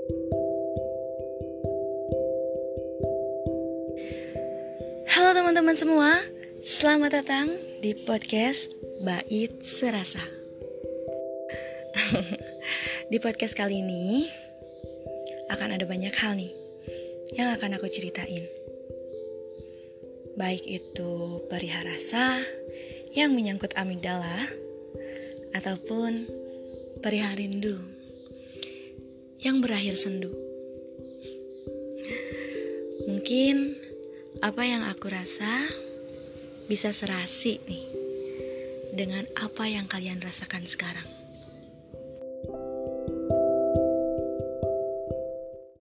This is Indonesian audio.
Halo teman-teman semua, selamat datang di podcast Bait Serasa. Di podcast kali ini akan ada banyak hal nih yang akan aku ceritain. Baik itu perihal rasa yang menyangkut amigdala ataupun perihal rindu yang berakhir sendu. Mungkin apa yang aku rasa bisa serasi nih dengan apa yang kalian rasakan sekarang.